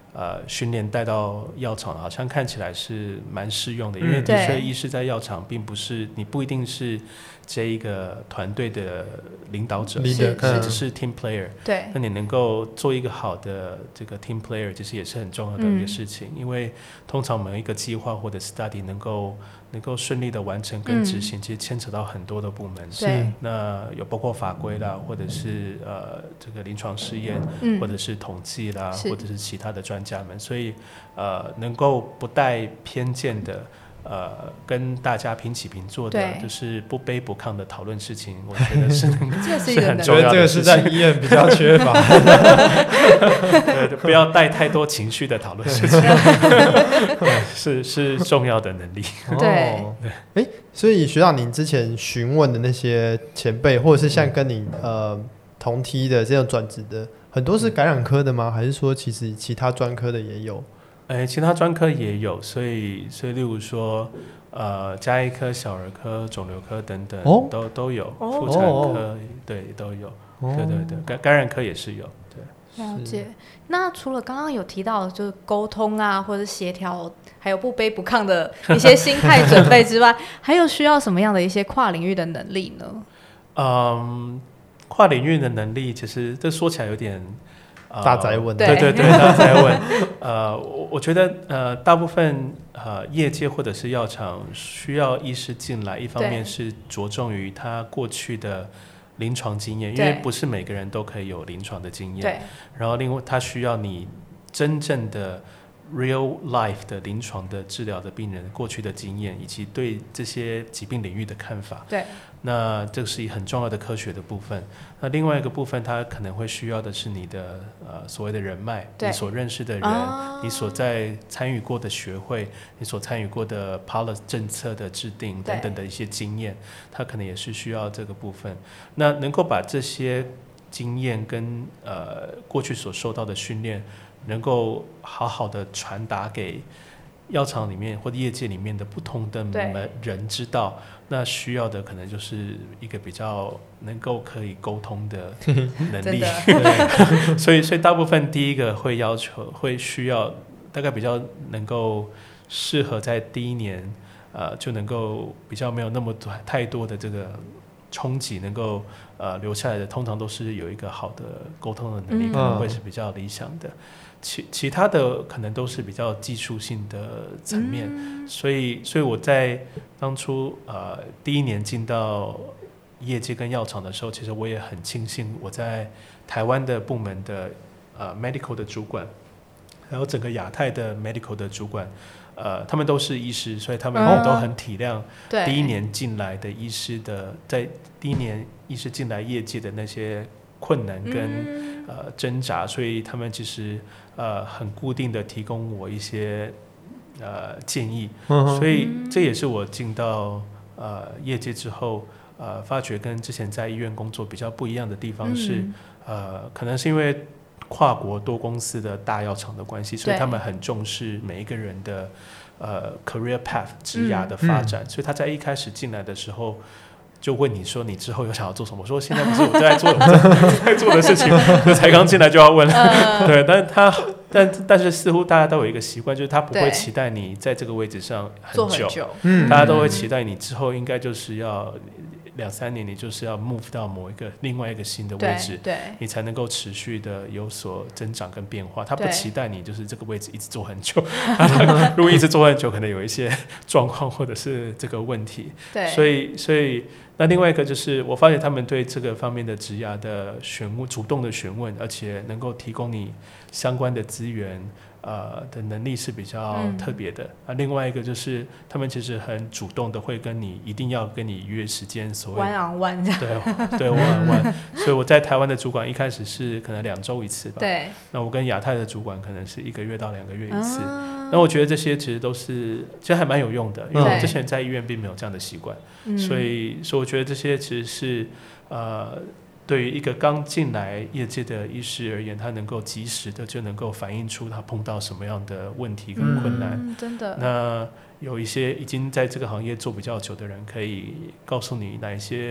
训练带到药厂，好像看起来是蛮适用的，因为的确医师在药厂并不是你不一定是这一个团队的领导者，你只是 team player。 对， 那你能够做一个好的这个 team player，其实也是很重要的一个事情，因为通常每一个计划或者 study 能够顺利的完成跟执行，其实牵扯到很多的部门。 对， 那有包括法规啦，或者是这个临床试验，或者是统计啦，或者是其他的专家们，所以能够不带偏见的。跟大家平起平坐的，就是不卑不亢的讨论事情，我觉得是很重要的。 这个是在医院比较缺乏对，不要带太多情绪的讨论事情，是重要的能力。 对， 所以学长，您之前询问的那些前辈，或者是像跟你同梯的这种转职的，很多是感染科的吗？还是说其实其他专科的也有？ 其他专科也有，所以例如说，家医科、小儿科、肿瘤科等等，都有，妇产科对都有，对，感染科也是有，对。 了解。那除了刚刚有提到的就是沟通啊，或者协调，还有不卑不亢的一些心态准备之外，还有需要什么样的一些跨领域的能力呢？ 跨领域的能力，其实这说起来有点。 大哉问， 对，大哉问。我觉得大部分业界或者是药厂需要医师进来，一方面是着重于他过去的临床经验，因为不是每个人都可以有临床的经验。然后另外他需要你真正的 real life 的临床的治疗的病人过去的经验，以及对这些疾病领域的看法。 对。 那这是很重要的科学的部分。那另外一个部分，它可能会需要的是你的所谓的人脉，你所认识的人，你所在参与过的学会，你所参与过的 policy 政策的制定等等的一些经验，它可能也是需要这个部分。那能够把这些经验跟过去所受到的训练，能够好好的传达给药厂里面或者业界里面的不同的人知道，那需要的可能就是一个比较能够可以沟通的能力。所以大部分第一个会需要大概比较能够适合在第一年就能够比较没有那么太多的这个冲击能够留下来的，通常都是有一个好的沟通的能力，可能会是比较理想的。其他的可能都是比较技术性的层面，所以我在当初第一年进到业界跟药厂的时候，其实我也很庆幸我在台湾的部门的medical 的主管，还有整个亚太的 medical 的主管，他们都是医师，所以他们都很体谅第一年进来的医师的，在第一年医师进来业界的那些困难跟挣扎，所以他们其实很固定的提供我一些建议，所以这也是我进到业界之后发觉跟之前在医院工作比较不一样的地方是，可能是因为跨国多公司的大药厂的关系，所以他们很重视每一个人的career path 职涯的发展，所以他在一开始进来的时候就问你说你之后有想要做什么？我说现在不是我在做在做的事情，才刚进来就要问了。对，但是似乎大家都有一个习惯，就是他不会期待你在这个位置上很久，大家都会期待你之后应该就是要2-3年，你就是要 move 到另外一个新的位置，你才能够持续的有所增长跟变化。他不期待你就是这个位置一直做很久，如果一直做很久，可能有一些状况或者是这个问题。所以那另外一个就是我发现他们对这个方面的职涯的主动的询问，而且能够提供你相关的资源的能力是比较特别的。另外一个就是他们其实很主动的会一定要跟你约时间，所谓 one on one 对 one on one。所以我在台湾的主管一开始是可能2周一次吧， 对。那我跟亚太的主管可能是1个月到2个月一次。那我觉得这些其实都是其实还蛮有用的，因为我之前在医院并没有这样的习惯，所以我觉得这些其实是对于一个刚进来业界的医师而言，他能够及时的就能够反映出他碰到什么样的问题跟困难。 真的。 那有一些已经在这个行业做比较久的人，可以告诉你哪一些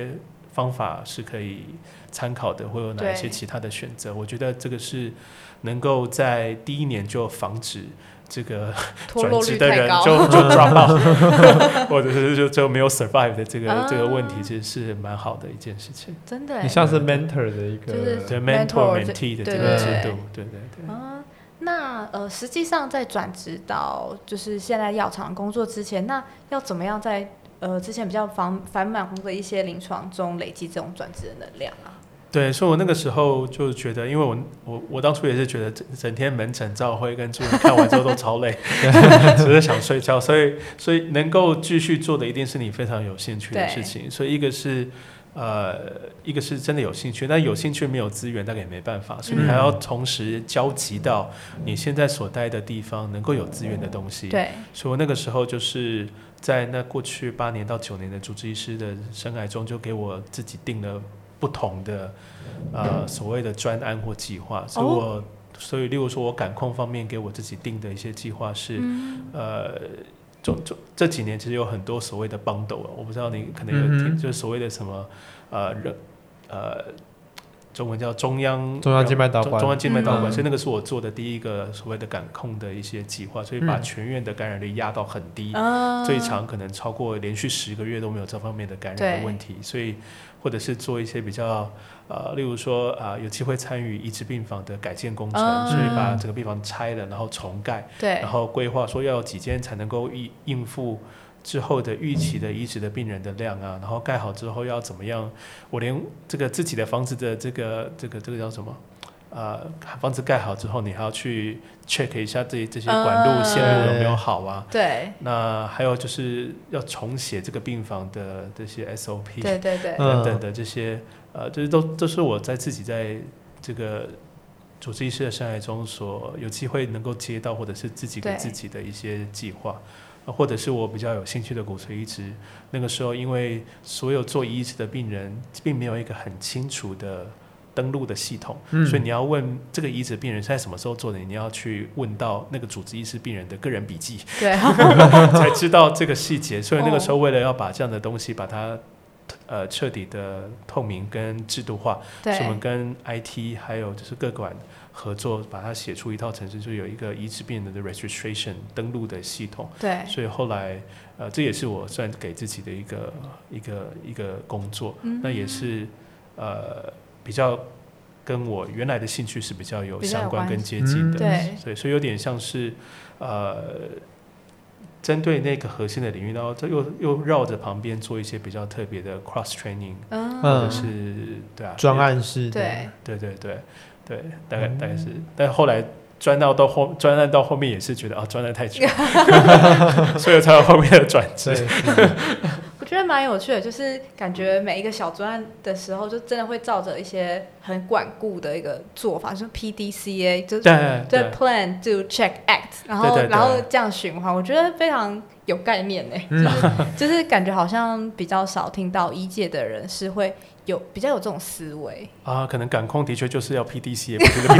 方法是可以参考的，会有哪一些其他的选择？我觉得这个是能够在第一年就防止这个转职的人就 drop out 或者是就没有 survive 的这个问题，其实是蛮好的一件事情。 真的， 你像是 mentor 的一个， 对 mentor mentee 的这个制度，对。 那实际上在转职到就是现在药厂工作之前，那要怎么样在之前比较繁忙的一些临床中累积这种转职的能量啊？对， 所以我那个时候就觉得，因为我当初也是觉得整天门诊照会跟住院看完之后都超累，只是想睡觉，所以能够继续做的一定是你非常有兴趣的事情。所以一个是真的有兴趣，但有兴趣没有资源，大概也没办法，所以你还要同时交集到你现在所待的地方能够有资源的东西。对，所以我那个时候就是在那过去8年到9年的主治医师的生涯中，就给我自己定了不同的所谓的专案或计划，所以例如说我感控方面给我自己定的一些计划是这几年其实有很多所谓的 bundle， 我不知道你可能有听，就是所谓的什么中文叫中央静脉导管，所以那个是我做的第一个所谓的感控的一些计划，所以把全院的感染率压到很低，最长可能超过连续10个月都没有这方面的感染的问题，所以或者是做一些比较例如说有机会参与移植病房的改建工程，所以把整个病房拆了，然后重盖，然后规划说要有几间才能够应付之后的预期的移植的病人的量啊，然后盖好之后要怎么样？我连这个自己的房子的这个叫什么？房子盖好之后，你还要去 check 一下这些管路线路有没有好啊？对。那还有就是要重写这个病房的这些 SOP， 对等等的这些这都是我自己在这个主治医师的生涯中所有机会能够接到，或者是自己给自己的一些计划。或者是我比较有兴趣的骨髓移植，那个时候因为所有做移植的病人并没有一个很清楚的登录的系统，所以你要问这个移植病人是在什么时候做的，你要去问到那个主治医师病人的个人笔记，对，才知道这个细节。所以那个时候为了要把这样的东西把它彻底的透明跟制度化，所以我们跟 IT 还有就是各管合作，把它写出一套程式，就有一个移植病人的 registration 登录的系统。对，所以后来这也是我算给自己的一个工作，那也是比较跟我原来的兴趣是比较有相关跟接近的。对，所以有点像是针对那个核心的领域，然后又绕着旁边做一些比较特别的 cross training，或者是对啊专案式的， 对，大概是，但后来专案到后面也是觉得专案太久，所以才有后面的转职。 我觉得蛮有趣的，就是感觉每一个小专案的时候，就真的会照着一些很管固的一个做法，就是 PDCA， 就是对 Plan Do Check Act， 然后这样循环，我觉得非常有概念就是感觉好像比较少听到医界的人是会比较有这种思维可能感控的确就是要 PDCA， 不是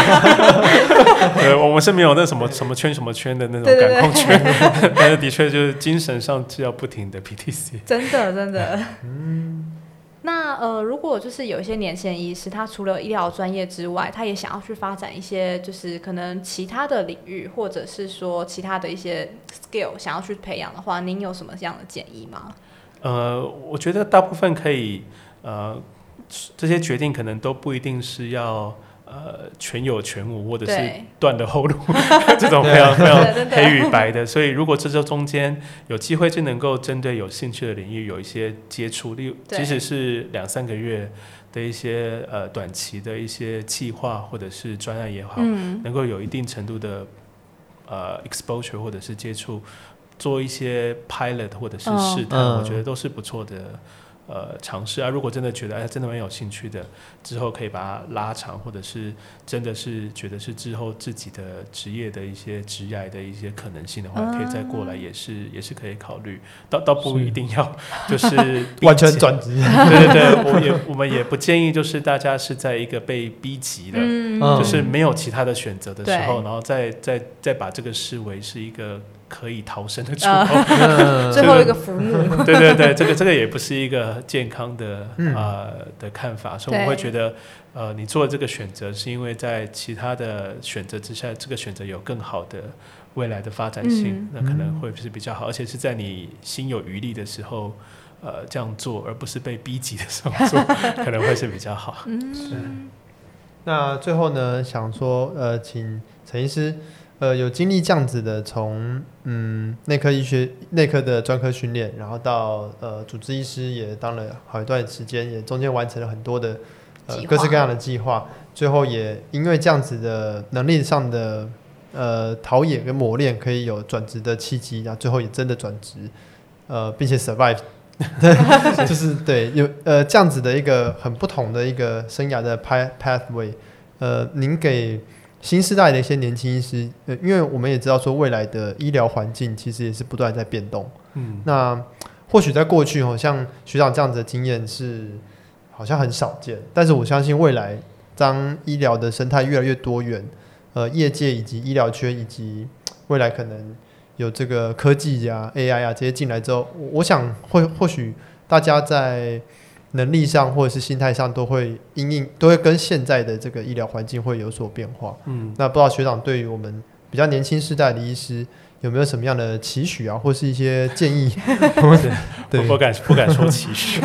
PDCA 对，我们是没有那什么圈什么圈的那种感控圈，但是的确就是精神上是要不停的 PDCA， 真的那如果就是有一些年轻医师，他除了医疗专业之外，他也想要去发展一些就是可能其他的领域，或者是说其他的一些 skill 想要去培养的话，您有什么样的建议吗？ 我觉得大部分可以这些决定可能都不一定是要全有全无，或者是断了后路这种非常非常黑与白的，所以如果这中间有机会是能够针对有兴趣的领域有一些接触，即使是2-3个月的一些短期的一些计划或者是专案也好，能够有一定程度的exposure 或者是接触，做一些 pilot 或者是试探，我觉得都是不错的尝试如果真的觉得真的蛮有兴趣的，之后可以把它拉长，或者是真的是觉得是之后自己的职业的一些职业的一些可能性的话，可以再过来也是可以考虑，倒不一定要就是完全转职。 对，我们也不建议就是大家是在一个被逼急的，就是没有其他的选择的时候，然后再把这个视为是一个可以逃生的出口。 最后一个浮木。 对对对，这个也不是一个健康的的看法，所以我会觉得你做这个选择是因为在其他的选择之下，这个选择有更好的未来的发展性，那可能会是比较好，而且是在你心有余力的时候这样做，而不是被逼急的时候做，可能会是比较好。 那最后呢，想说请陈医师有经历这样子的从内科的专科训练，然后到主治医师也当了好一段时间，也中间完成了很多的各式各样的计划，最后也因为这样子的能力上的陶冶跟磨练，可以有转职的契机，然后最后也真的转职，并且 survive。就是对有这样子的一个很不同的一个生涯的 pathway， 您给新时代的一些年轻医师，因为我们也知道说未来的医疗环境其实也是不断在变动，那或许在过去像学长这样子的经验是好像很少见，但是我相信未来当医疗的生态越来越多元，业界以及医疗圈以及未来可能有这个科技啊 AI 啊这些进来之后，我想或许大家在能力上或者是心态上都会跟现在的这个医疗环境会有所变化。那不知道学长对于我们比较年轻世代的医师有没有什么样的期许啊，或是一些建议？ 我不敢说期许。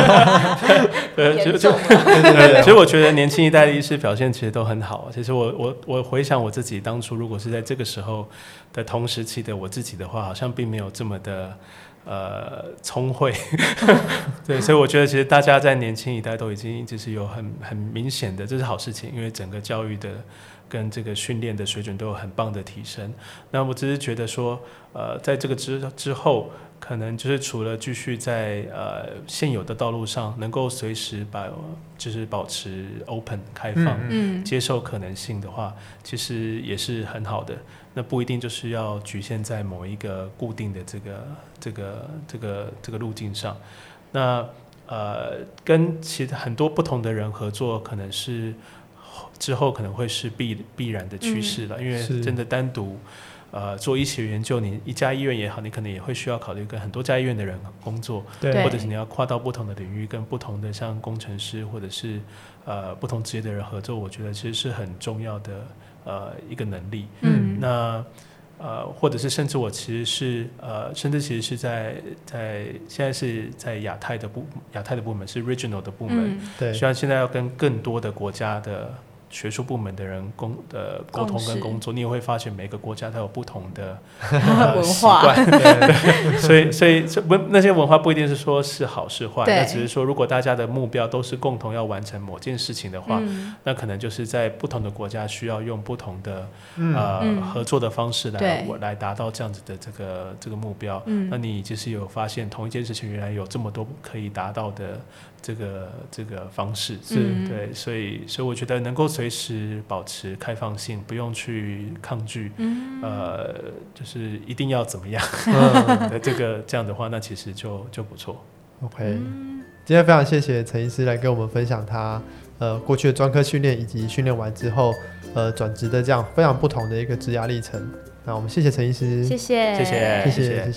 其实我觉得年轻一代的医师表现其实都很好。其实我回想我自己当初如果是在这个时候的同时期的我自己的话，好像并没有这么的聪慧。对，所以我觉得其实大家在年轻一代都已经就是有很明显的，这是好事情，因为整个教育的跟这个训练的水准都有很棒的提升。那我只是觉得说在这个之后可能就是除了继续在现有的道路上能够随时就是保持 open 开放，接受可能性的话，其实也是很好的。那不一定就是要局限在某一个固定的这个路径上。那跟其他很多不同的人合作，可能是之后可能会是必然的趋势了，因为真的单独做医学研究，你一家医院也好，你可能也会需要考虑跟很多家医院的人工作，或者是你要跨到不同的领域，跟不同的像工程师或者是不同职业的人合作，我觉得其实是很重要的一个能力。那或者是甚至我其实是甚至其实是在现在是在亚太的部门是 regional 的部门，虽然现在要跟更多的国家的学术部门的人沟通跟工作，你也会发现每个国家它有不同的习惯，所以那些文化不一定是说是好是坏，那只是说如果大家的目标都是共同要完成某件事情的话，那可能就是在不同的国家需要用不同的合作的方式来达到这样子的这个目标。那你就是有发现同一件事情原来有这么多可以达到的这个方式，对，所以我觉得能够随时保持开放性，不用去抗拒，就是一定要怎么样的这样的话，那其实就不错。 OK， 今天非常谢谢陈医师来跟我们分享他过去的专科训练以及训练完之后转职的这样非常不同的一个职涯历程。那我们谢谢陈医师， 谢谢。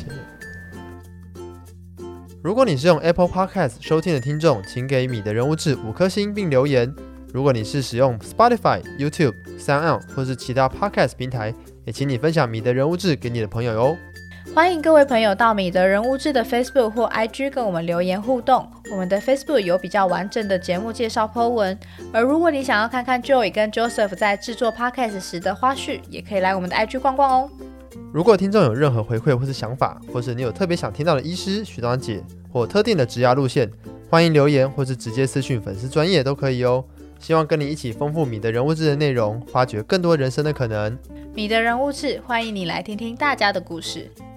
如果你是用 Apple Podcast 收听的听众，请给米的人物志5颗星并留言。如果你是使用 Spotify、YouTube、SoundOn 或是其他 Podcast 平台，也请你分享米的人物志给你的朋友哟。 欢迎各位朋友到米的人物志的 Facebook 或 IG 跟我们留言互动。我们的 Facebook 有比较完整的节目介绍 po 文，而如果你想要看看 Joey 跟 Joseph 在制作 Podcast 时的花絮，也可以来我们的 IG 逛逛哦。 如果听众有任何回馈或是想法，或是你有特别想听到的医师、学长姐或特定的职涯路线，欢迎留言或是直接私讯粉丝专页都可以哦。希望跟你一起丰富米的人物志的内容，发掘更多人生的可能。 米的人物志，欢迎你来听听大家的故事。